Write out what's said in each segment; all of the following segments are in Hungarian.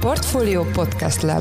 Portfolio Podcast Lab.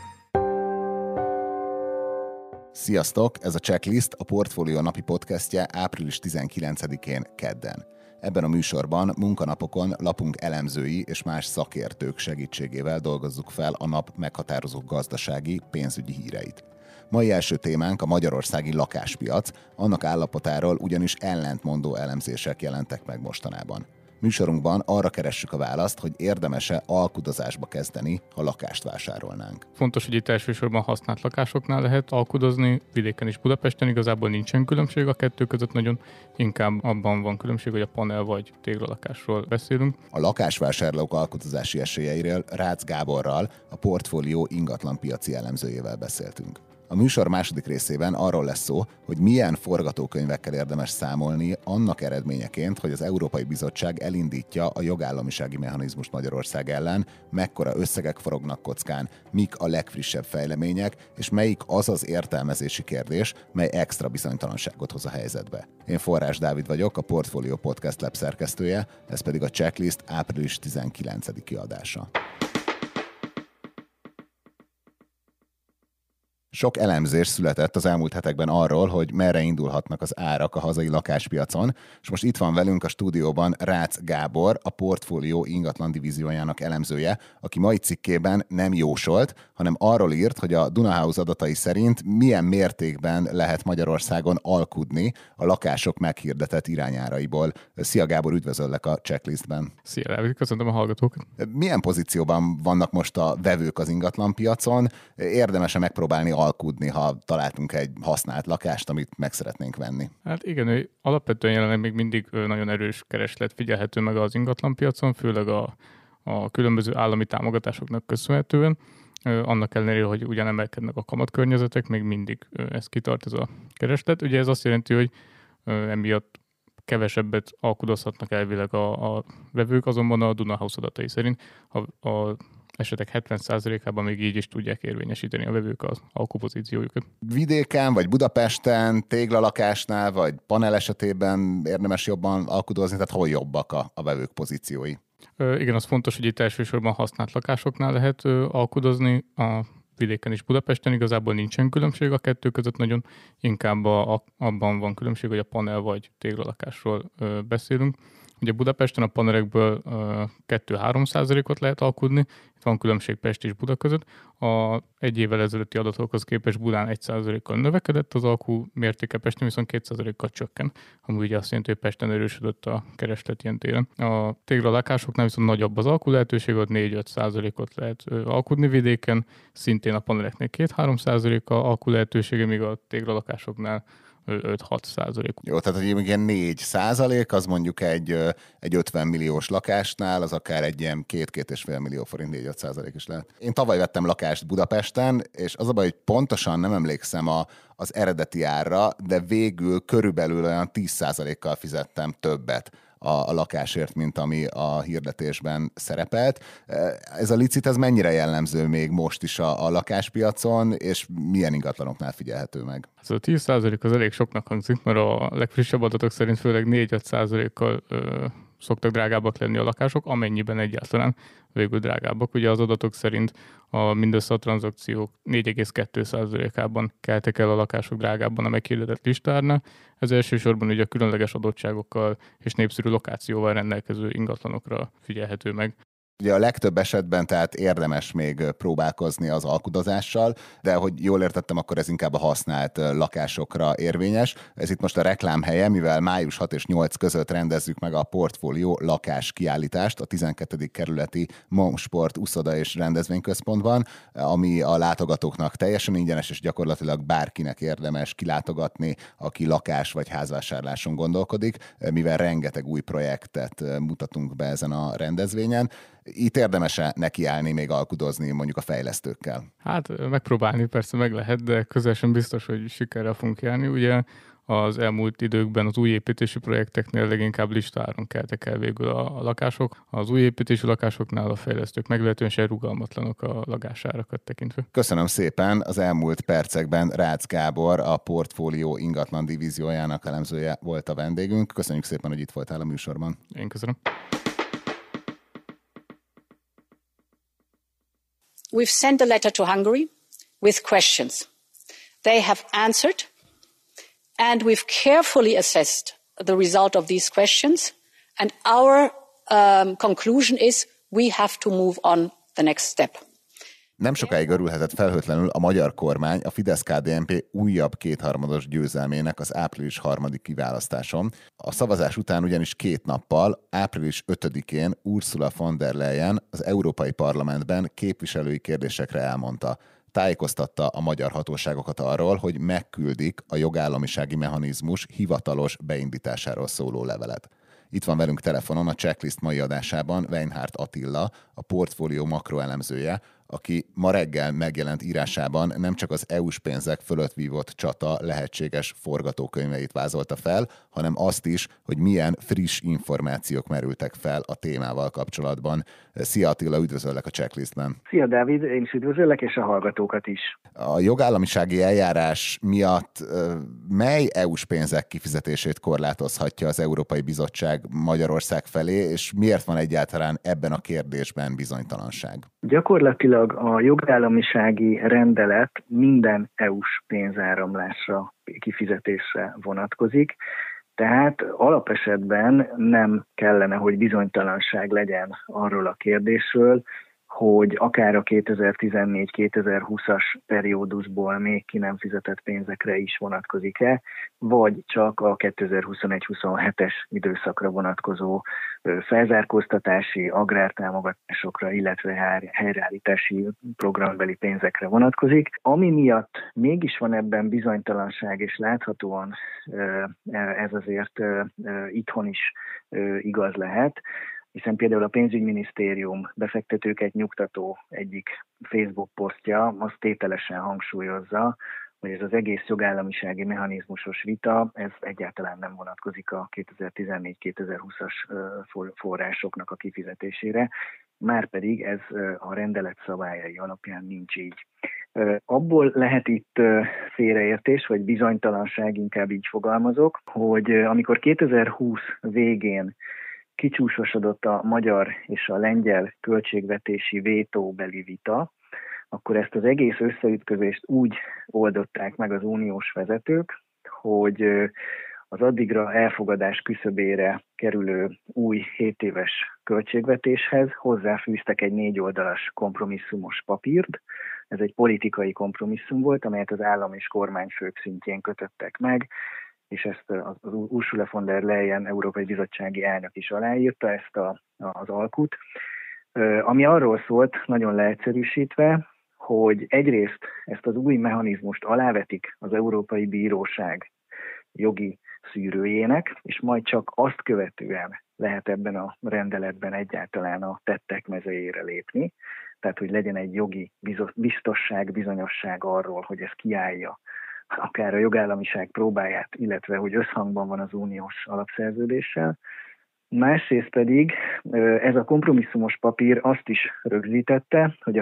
Sziasztok! Ez a Checklist, a Portfolio napi podcastje április 19-én kedden. Ebben a műsorban munkanapokon lapunk elemzői és más szakértők segítségével dolgozzuk fel a nap meghatározó gazdasági, pénzügyi híreit. Mai első témánk a magyarországi lakáspiac, annak állapotáról ugyanis ellentmondó elemzések jelentek meg mostanában. Műsorunkban arra keressük a választ, hogy érdemese alkudozásba kezdeni, ha lakást vásárolnánk. Fontos, hogy itt elsősorban használt lakásoknál lehet alkudozni, vidéken és Budapesten igazából nincsen különbség a kettő között, nagyon inkább abban van különbség, hogy a panel vagy téglalakásról beszélünk. A lakásvásárlók alkudozási esélyeiről Rácz Gáborral, a Portfolio ingatlanpiaci elemzőjével beszéltünk. A műsor második részében arról lesz szó, hogy milyen forgatókönyvekkel érdemes számolni annak eredményeként, hogy az Európai Bizottság elindítja a jogállamisági mechanizmust Magyarország ellen, mekkora összegek forognak kockán, mik a legfrissebb fejlemények, és melyik az az értelmezési kérdés, mely extra bizonytalanságot hoz a helyzetbe. Én Forrás Dávid vagyok, a Portfolio Podcast Lab szerkesztője, ez pedig a Checklist április 19-i adása. Sok elemzés született az elmúlt hetekben arról, hogy merre indulhatnak az árak a hazai lakáspiacon, és most itt van velünk a stúdióban Rácz Gábor, a Portfolio ingatlan divíziójának elemzője, aki mai cikkében nem jósolt, hanem arról írt, hogy a Dunahouse adatai szerint milyen mértékben lehet Magyarországon alkudni a lakások meghirdetett irányáraiból. Szia Gábor, üdvözöllek a Checklistben. Szia Dávid, köszöntöm a hallgatókat. Milyen pozícióban vannak most a vevők az ingatlanpiacon? Érdemes-e megpróbálni alkudni, ha találtunk egy használt lakást, amit meg szeretnénk venni? Hát igen, alapvetően jelenleg még mindig nagyon erős kereslet figyelhető meg az ingatlanpiacon, főleg a különböző állami támogatásoknak köszönhetően. Annak ellenére, hogy ugyan emelkednek a kamatkörnyezetek, még mindig ez kitart, ez a kereslet. Ugye ez azt jelenti, hogy emiatt kevesebbet alkudozhatnak elvileg a vevők, azonban a Dunahouse adatai szerint a esetek 70%-ában még így is tudják érvényesíteni a vevők az alkupozíciójukat. Vidéken, vagy Budapesten, téglalakásnál, vagy panel esetében érdemes jobban alkudozni, tehát hol jobbak a vevők pozíciói? Igen, az fontos, hogy itt elsősorban használt lakásoknál lehet alkudozni, a vidéken és Budapesten igazából nincsen különbség a kettő között, nagyon inkább abban van különbség, hogy a panel vagy téglalakásról beszélünk. Ugye Budapesten a panelekből 2-3%-ot lehet alkudni, itt van különbség Pest és Buda között. Egy évvel ezelőtti adatokhoz képest Budán 1%-kal növekedett az alkú mértéke, Pesten viszont 2%-kal csökken, ami ugye azt jelenti, hogy Pesten erősödött a kereslet ilyen téren. A téglalakásoknál viszont nagyobb az alkú lehetőség, ott 4-5%-ot lehet alkudni vidéken, szintén a paneleknél 2-3%-a alkú lehetősége, míg a téglalakásoknál 5-6%. Jó, tehát hogy ilyen 4% az mondjuk egy 50 milliós lakásnál, az akár egy ilyen 2-2,5 millió forint 4-5% is lehet. Én tavaly vettem lakást Budapesten, és az a baj, hogy pontosan nem emlékszem az eredeti árra, de végül körülbelül olyan 10%-kal fizettem többet a lakásért, mint ami a hirdetésben szerepelt. Ez a licit, ez mennyire jellemző még most is a lakáspiacon, és milyen ingatlanoknál figyelhető meg? Ez a 10% az elég soknak hangzik, mert a legfrissebb adatok szerint főleg 4-5%-kal szoktak drágábbak lenni a lakások, amennyiben egyáltalán végül drágábbak. Ugye az adatok szerint mindössze a tranzakciók 4,2%-ában keltek el a lakások drágábban a meghirdetett listárnál. Ez elsősorban ugye a különleges adottságokkal és népszerű lokációval rendelkező ingatlanokra figyelhető meg. Ugye a legtöbb esetben tehát érdemes még próbálkozni az alkudozással, de hogy jól értettem, akkor ez inkább a használt lakásokra érvényes. Ez itt most a reklámhelye, mivel május 6 és 8 között rendezzük meg a Portfolio lakás kiállítást a 12. kerületi Momsport uszoda és rendezvényközpontban, ami a látogatóknak teljesen ingyenes, és gyakorlatilag bárkinek érdemes kilátogatni, aki lakás vagy házvásárláson gondolkodik, mivel rengeteg új projektet mutatunk be ezen a rendezvényen. Itt érdemes-e nekiállni, még alkudozni mondjuk a fejlesztőkkel? Hát megpróbálni persze meg lehet, de közel sem biztos, hogy sikerrel fogunk járni. Ugye az elmúlt időkben az új építési projekteknél leginkább listáron keltek el végül a lakások. Az új építési lakásoknál a fejlesztők meglehetősen rugalmatlanok a lakásárakat tekintve. Köszönöm szépen, az elmúlt percekben Rácz Gábor, a Portfolio ingatlan divíziójának elemzője volt a vendégünk. Köszönjük szépen, hogy itt voltál a műsorban. Én köszönöm. we've sent a letter to Hungary with questions. They have answered, and we've carefully assessed the result of these questions, and our conclusion is we have to move on the next step. Nem sokáig örülhetett felhőtlenül a magyar kormány a Fidesz-KDNP újabb kétharmados győzelmének az április 3. kiválasztáson. A szavazás után ugyanis 2 nappal, április 5-én Ursula von der Leyen az Európai Parlamentben képviselői kérdésekre elmondta. Tájékoztatta a magyar hatóságokat arról, hogy megküldik a jogállamisági mechanizmus hivatalos beindításáról szóló levelet. Itt van velünk telefonon a Checklist mai adásában Weinhardt Attila, a portfólió makroelemzője, aki ma reggel megjelent írásában nem csak az EU-s pénzek fölött vívott csata lehetséges forgatókönyveit vázolta fel, hanem azt is, hogy milyen friss információk merültek fel a témával kapcsolatban. Szia Attila, üdvözöllek a Checklistben. Szia Dávid, én is üdvözöllek, és a hallgatókat is. A jogállamisági eljárás miatt mely EU-s pénzek kifizetését korlátozhatja az Európai Bizottság Magyarország felé, és miért van egyáltalán ebben a kérdésben bizonytalanság? Gyakorlatilag a jogállamisági rendelet minden EU-s pénzáramlásra, kifizetésre vonatkozik, tehát alapesetben nem kellene, hogy bizonytalanság legyen arról a kérdésről, hogy akár a 2014-2020-as periódusból még ki nem fizetett pénzekre is vonatkozik-e, vagy csak a 2021-27-es időszakra vonatkozó felzárkóztatási, agrártámogatásokra, illetve helyreállítási programbeli pénzekre vonatkozik. Ami miatt mégis van ebben bizonytalanság, és láthatóan ez azért itthon is igaz lehet, hiszen például a pénzügyminisztérium befektetőket nyugtató egyik Facebook posztja azt tételesen hangsúlyozza, hogy ez az egész jogállamisági mechanizmusos vita, ez egyáltalán nem vonatkozik a 2014-2020-as forrásoknak a kifizetésére, márpedig ez a rendelet szabályai alapján nincs így. Abból lehet itt félreértés, vagy bizonytalanság, inkább így fogalmazok, hogy amikor 2020 végén kicsúsosodott a magyar és a lengyel költségvetési vétóbeli vita, akkor ezt az egész összeütközést úgy oldották meg az uniós vezetők, hogy az addigra elfogadás küszöbére kerülő új 7 éves költségvetéshez hozzáfűztek egy 4 oldalas kompromisszumos papírt. Ez egy politikai kompromisszum volt, amelyet az állam és kormányfők szintjén kötöttek meg, és ezt az Ursula von der Leyen Európai Bizottsági elnök is aláírta, ezt az alkut, ami arról szólt, nagyon leegyszerűsítve, hogy egyrészt ezt az új mechanizmust alávetik az Európai Bíróság jogi szűrőjének, és majd csak azt követően lehet ebben a rendeletben egyáltalán a tettek mezejére lépni, tehát hogy legyen egy jogi biztosság, bizonyosság arról, hogy ez kiállja akár a jogállamiság próbáját, illetve hogy összhangban van az uniós alapszerződéssel. Másrészt pedig ez a kompromisszumos papír azt is rögzítette, hogy a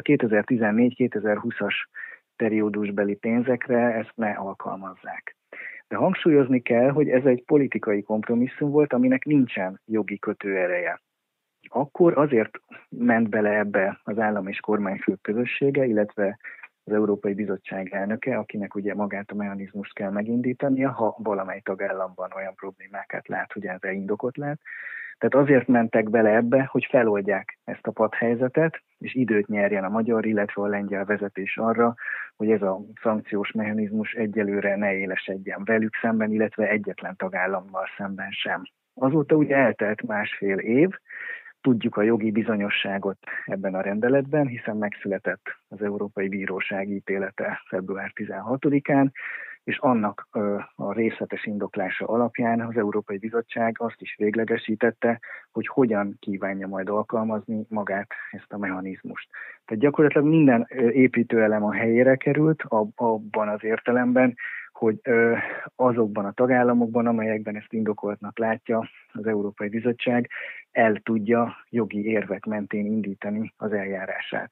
2014-2020-as periódusbeli pénzekre ezt ne alkalmazzák. De hangsúlyozni kell, hogy ez egy politikai kompromisszum volt, aminek nincsen jogi kötőereje. Akkor azért ment bele ebbe az állam és kormányfők közössége, illetve az Európai Bizottság elnöke, akinek ugye magát a mechanizmust kell megindítania, ha valamely tagállamban olyan problémákat lát, hogy ez indokot lát. Tehát azért mentek bele ebbe, hogy feloldják ezt a padhelyzetet, és időt nyerjen a magyar, illetve a lengyel vezetés arra, hogy ez a szankciós mechanizmus egyelőre ne élesedjen velük szemben, illetve egyetlen tagállammal szemben sem. Azóta ugye eltelt 1,5 év, tudjuk a jogi bizonyosságot ebben a rendeletben, hiszen megszületett az Európai Bíróság ítélete február 16-án, és annak a részletes indoklása alapján az Európai Bizottság azt is véglegesítette, hogy hogyan kívánja majd alkalmazni magát ezt a mechanizmust. Tehát gyakorlatilag minden építőelem a helyére került, abban az értelemben, hogy azokban a tagállamokban, amelyekben ezt indokoltnak látja az Európai Bizottság, el tudja jogi érvek mentén indítani az eljárását.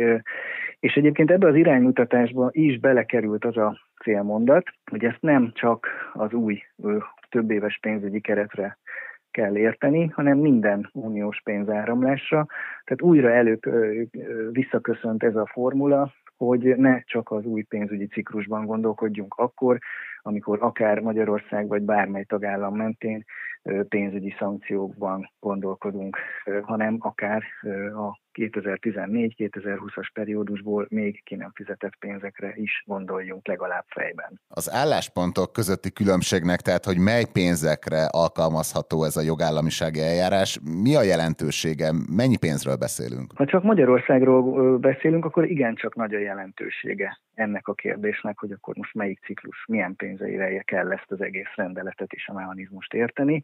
És egyébként ebbe az iránymutatásba is belekerült az a célmondat, hogy ezt nem csak az új többéves pénzügyi keretre kell érteni, hanem minden uniós pénzáramlásra. Tehát újra visszaköszönt ez a formula, hogy ne csak az új pénzügyi ciklusban gondolkodjunk akkor, amikor akár Magyarország vagy bármely tagállam mentén pénzügyi szankciókban gondolkodunk, hanem akár a 2014-2020-as periódusból még ki nem fizetett pénzekre is gondoljunk legalább fejben. Az álláspontok közötti különbségnek, tehát hogy mely pénzekre alkalmazható ez a jogállamisági eljárás, mi a jelentősége, mennyi pénzről beszélünk? Ha csak Magyarországról beszélünk, akkor igencsak nagy a jelentősége ennek a kérdésnek, hogy akkor most melyik ciklus, milyen pénzeire kell ezt az egész rendeletet és a mechanizmust érteni.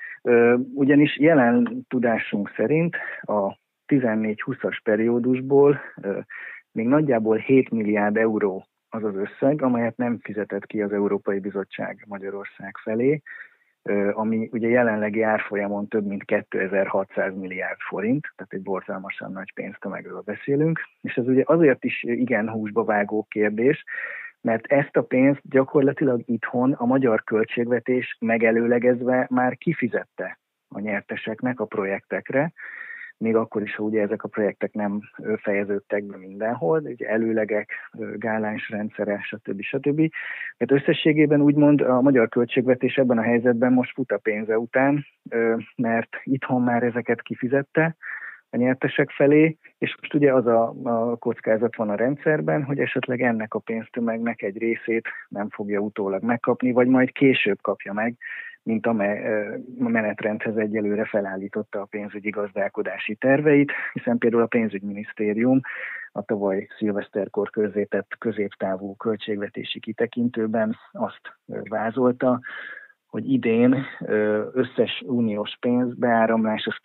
Ugyanis jelen tudásunk szerint a 14-20-as periódusból még nagyjából 7 milliárd euró az az összeg, amelyet nem fizetett ki az Európai Bizottság Magyarország felé, ami ugye jelenlegi árfolyamon több mint 2600 milliárd forint, tehát egy borzalmasan nagy pénztömegről beszélünk, és ez ugye azért is igen húsba vágó kérdés, mert ezt a pénzt gyakorlatilag itthon a magyar költségvetés megelőlegezve már kifizette a nyerteseknek a projektekre, még akkor is, ha ugye ezek a projektek nem fejeződtek be mindenhol, ugye előlegek, gáláns rendszere, stb. Tehát összességében úgymond a magyar költségvetés ebben a helyzetben most fut a pénze után, mert itthon már ezeket kifizette a nyertesek felé, és most ugye az a kockázat van a rendszerben, hogy esetleg ennek a pénztömegnek egy részét nem fogja utólag megkapni, vagy majd később kapja meg, mint amely menetrendhez egyelőre felállította a pénzügyi gazdálkodási terveit, hiszen például a pénzügyminisztérium a tavaly szilveszterkor közzétett középtávú költségvetési kitekintőben azt vázolta, hogy idén összes uniós pénzbeáramlás az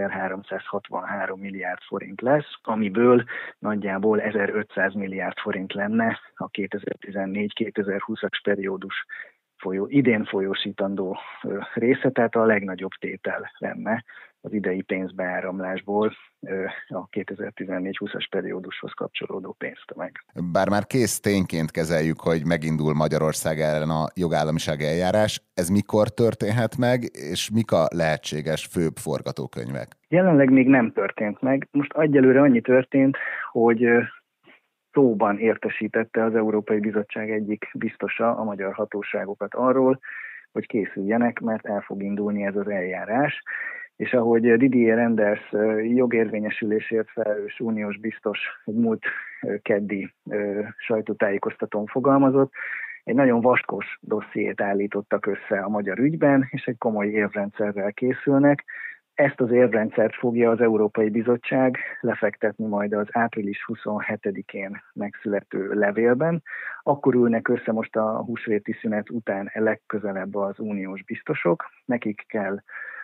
2363 milliárd forint lesz, amiből nagyjából 1500 milliárd forint lenne a 2014-2020-as periódus idén folyósítandó része, tehát a legnagyobb tétel lenne az idei pénzbeáramlásból a 2014-20-as periódushoz kapcsolódó pénztömeg. Bár már kész tényként kezeljük, hogy megindul Magyarország ellen a jogállamiság eljárás, ez mikor történhet meg, és mik a lehetséges főbb forgatókönyvek? Jelenleg még nem történt meg. Most egyelőre annyi történt, hogy szóban értesítette az Európai Bizottság egyik biztosa a magyar hatóságokat arról, hogy készüljenek, mert el fog indulni ez az eljárás. És ahogy Didier Reynders jogérvényesülésért felelős uniós biztos egy múlt keddi sajtótájékoztatón fogalmazott, egy nagyon vaskos dossziét állítottak össze a magyar ügyben, és egy komoly érvrendszerrel készülnek. Ezt az érvrendszert fogja az Európai Bizottság lefektetni majd az április 27-én megszülető levélben. Akkor ülnek össze most a húsvéti szünet után legközelebb az uniós biztosok. Nekik kell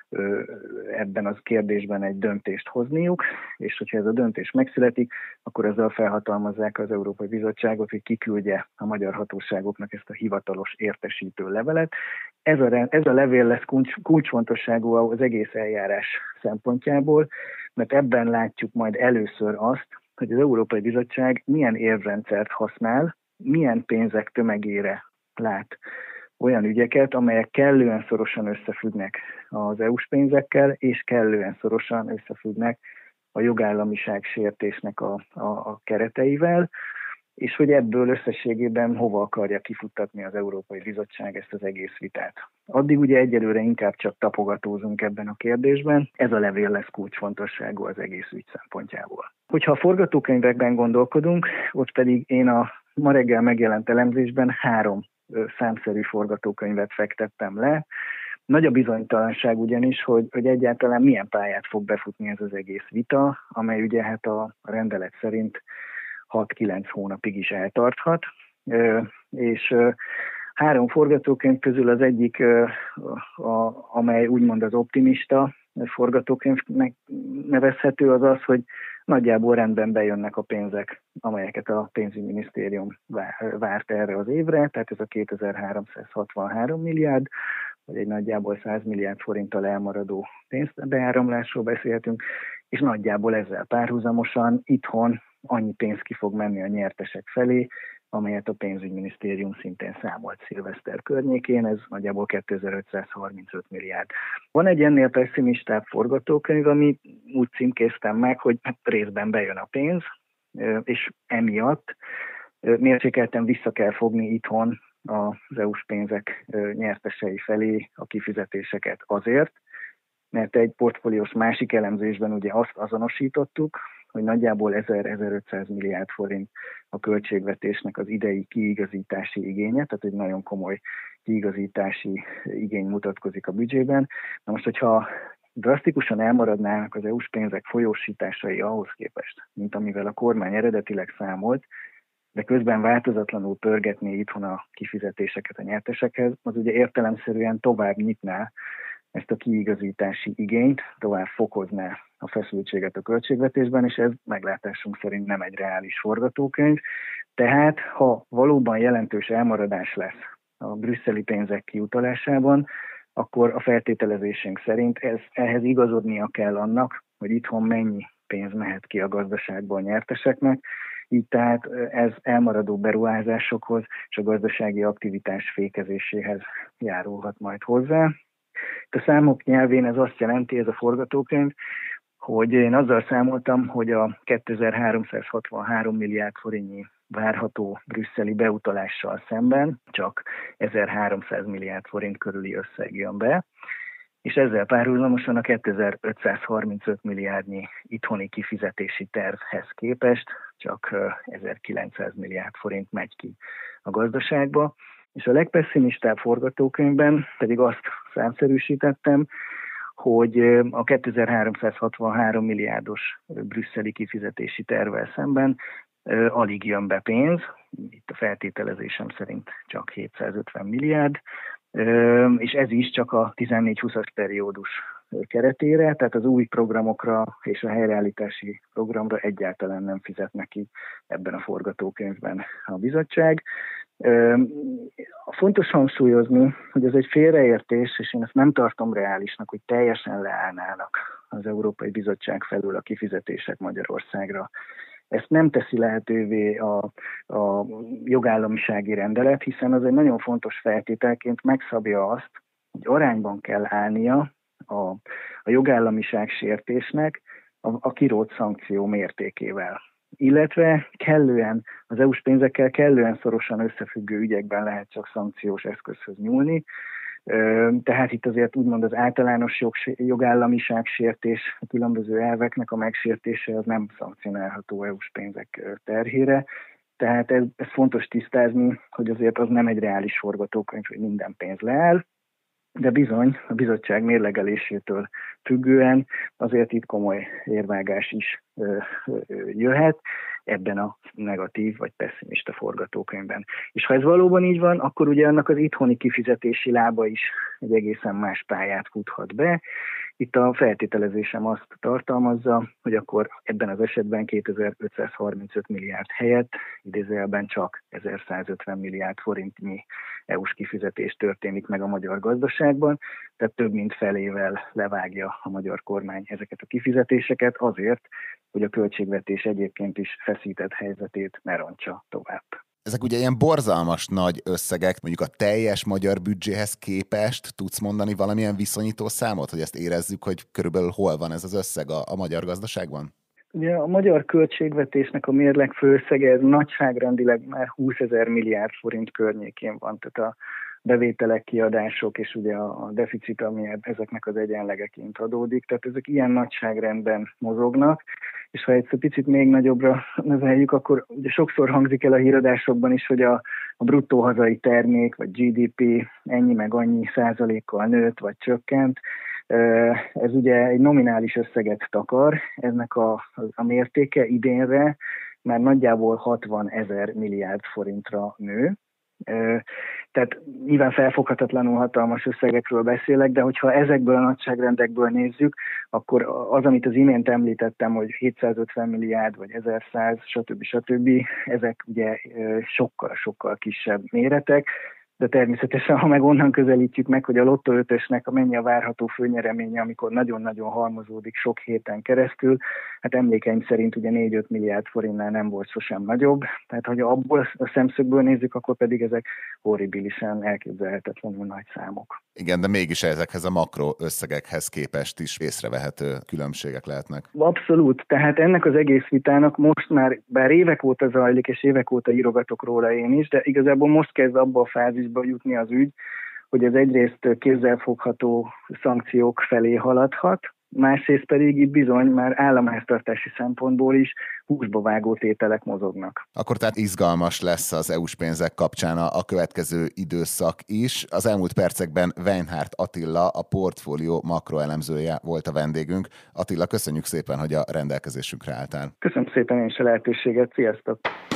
ebben az kérdésben egy döntést hozniuk, és hogyha ez a döntés megszületik, akkor ezzel felhatalmazzák az Európai Bizottságot, hogy kiküldje a magyar hatóságoknak ezt a hivatalos értesítő levelet. Ez a levél lesz kulcsfontosságú az egész eljárás szempontjából, mert ebben látjuk majd először azt, hogy az Európai Bizottság milyen érvrendszert használ, milyen pénzek tömegére lát olyan ügyeket, amelyek kellően szorosan összefüggnek az EU-s pénzekkel, és kellően szorosan összefüggnek a jogállamiság sértésnek a kereteivel, és hogy ebből összességében hova akarja kifuttatni az Európai Bizottság ezt az egész vitát. Addig ugye egyelőre inkább csak tapogatózunk ebben a kérdésben, ez a levél lesz kulcsfontosságú az egész ügy szempontjából. Hogyha a forgatókönyvekben gondolkodunk, ott pedig én a ma reggel megjelent elemzésben 3 számszerű forgatókönyvet fektettem le. Nagy a bizonytalanság ugyanis, hogy egyáltalán milyen pályát fog befutni ez az egész vita, amely ugye hát a rendelet szerint 6-9 hónapig is eltarthat, és 3 forgatókönyv közül az egyik, amely úgymond az optimista forgatókönyvnek nevezhető, az az, hogy nagyjából rendben bejönnek a pénzek, amelyeket a pénzügyminisztérium várt erre az évre, tehát ez a 2363 milliárd, vagy egy nagyjából 100 milliárd forinttal elmaradó pénzbeáramlásról beszélhetünk, és nagyjából ezzel párhuzamosan itthon annyi pénz ki fog menni a nyertesek felé, amelyet a pénzügyminisztérium szintén számolt szilveszter környékén, ez nagyjából 2535 milliárd. Van egy ennél pessimistább forgatókönyv, ami úgy címkéztem meg, hogy részben bejön a pénz, és emiatt mérsékelten vissza kell fogni itthon az EU-s pénzek nyertesei felé a kifizetéseket azért, mert egy portfóliós másik elemzésben ugye azt azonosítottuk, hogy nagyjából 1000-1500 milliárd forint a költségvetésnek az idei kiigazítási igénye, tehát egy nagyon komoly kiigazítási igény mutatkozik a büdzsében. Na most, hogyha drasztikusan elmaradnának az EU-s pénzek folyósításai ahhoz képest, mint amivel a kormány eredetileg számolt, de közben változatlanul pörgetné itthon a kifizetéseket a nyertesekhez, az ugye értelemszerűen tovább nyitná ezt a kiigazítási igényt, tovább fokozná a feszültséget a költségvetésben, és ez meglátásunk szerint nem egy reális forgatókönyv. Tehát, ha valóban jelentős elmaradás lesz a brüsszeli pénzek kiutalásában, akkor a feltételezésünk szerint ehhez igazodnia kell annak, hogy itthon mennyi pénz mehet ki a gazdaságból a nyerteseknek, így tehát ez elmaradó beruházásokhoz és a gazdasági aktivitás fékezéséhez járulhat majd hozzá. A számok nyelvén ez azt jelenti, ez a forgatókönyv, hogy én azzal számoltam, hogy a 2363 milliárd forintnyi várható brüsszeli beutalással szemben csak 1300 milliárd forint körüli összeg jön be, és ezzel párhuzamosan a 2535 milliárdnyi itthoni kifizetési tervhez képest csak 1900 milliárd forint megy ki a gazdaságba, és a legpesszimistább forgatókönyvben pedig azt számszerűsítettem, hogy a 2363 milliárdos brüsszeli kifizetési tervvel szemben alig jön be pénz, itt a feltételezésem szerint csak 750 milliárd, és ez is csak a 14-20-as periódus keretére, tehát az új programokra és a helyreállítási programra egyáltalán nem fizetnek ki ebben a forgatókönyvben a bizottság. Fontos hangsúlyozni, hogy ez egy félreértés, és én ezt nem tartom reálisnak, hogy teljesen leállnának az Európai Bizottság felől a kifizetések Magyarországra. Ezt nem teszi lehetővé a jogállamisági rendelet, hiszen az egy nagyon fontos feltételként megszabja azt, hogy arányban kell állnia a jogállamiság sértésnek a kirótt szankció mértékével. Illetve az EU-s pénzekkel kellően szorosan összefüggő ügyekben lehet csak szankciós eszközhöz nyúlni. Tehát itt azért úgymond az általános jogállamiság sértés, a különböző elveknek a megsértése az nem szankcionálható EU-s pénzek terhére. Tehát ez fontos tisztázni, hogy azért az nem egy reális forgatókönyv, hogy minden pénz leáll, de bizony a bizottság mérlegelésétől függően azért itt komoly érvágás is jöhet ebben a negatív vagy pesszimista forgatókönyvben. És ha ez valóban így van, akkor ugye annak az itthoni kifizetési lába is egy egészen más pályát futhat be. Itt a feltételezésem azt tartalmazza, hogy akkor ebben az esetben 2535 milliárd helyett idézőjelben csak 1150 milliárd forintnyi EU-s kifizetés történik meg a magyar gazdaságban, tehát több mint felével levágja a magyar kormány ezeket a kifizetéseket azért, hogy a költségvetés egyébként is feszített helyzetét ne rontsa tovább. Ezek ugye ilyen borzalmas nagy összegek, mondjuk a teljes magyar büdzséhez képest tudsz mondani valamilyen viszonyító számot, hogy ezt érezzük, hogy körülbelül hol van ez az összeg a magyar gazdaságban? Ugye a magyar költségvetésnek a mérleg főösszege ez nagyságrendileg már 20 000 milliárd forint környékén van, tehát a bevételek, kiadások és ugye a deficit, ami ezeknek az egyenlegeként adódik, tehát ezek ilyen nagyságrendben mozognak, és ha egy picit még nagyobbra növeljük, akkor ugye sokszor hangzik el a híradásokban is, hogy a bruttó hazai termék, vagy GDP ennyi meg annyi százalékkal nőtt, vagy csökkent. Ez ugye egy nominális összeget takar, ennek a mértéke idénre már nagyjából 60 000 milliárd forintra nő. Tehát nyilván felfoghatatlanul hatalmas összegekről beszélek, de hogyha ezekből a nagyságrendekből nézzük, akkor az, amit az imént említettem, hogy 750 milliárd, vagy 1100, stb. Ezek ugye sokkal-sokkal kisebb méretek. de természetesen, ha meg onnan közelítjük meg, hogy a Lotto 5-ösnek mennyi a várható főnyereménye, amikor nagyon-nagyon halmozódik sok héten keresztül, hát emlékeim szerint ugye 4-5 milliárd forintnál nem volt sosem nagyobb, tehát ha abból a szemszögből nézzük, akkor pedig ezek horribilisen elképzelhetetlenül nagy számok. Igen, de mégis ezekhez a makro összegekhez képest is észrevehető különbségek lehetnek. Abszolút, tehát ennek az egész vitának most már, bár évek óta zajlik, és évek óta írogatok róla én is, de igazából most kezd abba a fázisba jutni az ügy, hogy ez egyrészt kézzelfogható szankciók felé haladhat, másrészt pedig itt bizony már államháztartási szempontból is húsba vágó tételek mozognak. Akkor tehát izgalmas lesz az EU-s pénzek kapcsán a következő időszak is. Az elmúlt percekben Weinhardt Attila, a portfólió makroelemzője volt a vendégünk. Attila, köszönjük szépen, hogy a rendelkezésünkre álltál. Köszönöm szépen én is a lehetőséget, sziasztok!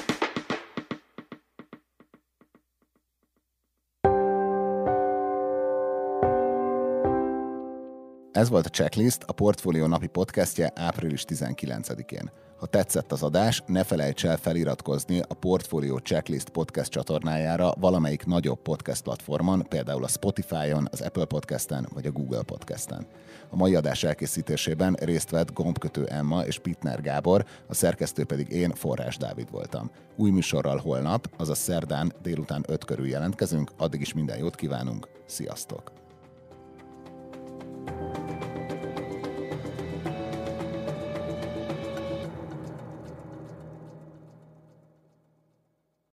Ez volt a Checklist, a Portfólió napi podcastje április 19-én. Ha tetszett az adás, ne felejts el feliratkozni a Portfólió Checklist podcast csatornájára valamelyik nagyobb podcast platformon, például a Spotify-on, az Apple Podcasten vagy a Google Podcasten. A mai adás elkészítésében részt vett Gombkötő Emma és Pitner Gábor, a szerkesztő pedig én, Forrás Dávid voltam. Új műsorral holnap, azaz szerdán délután 5 körül jelentkezünk, addig is minden jót kívánunk, sziasztok!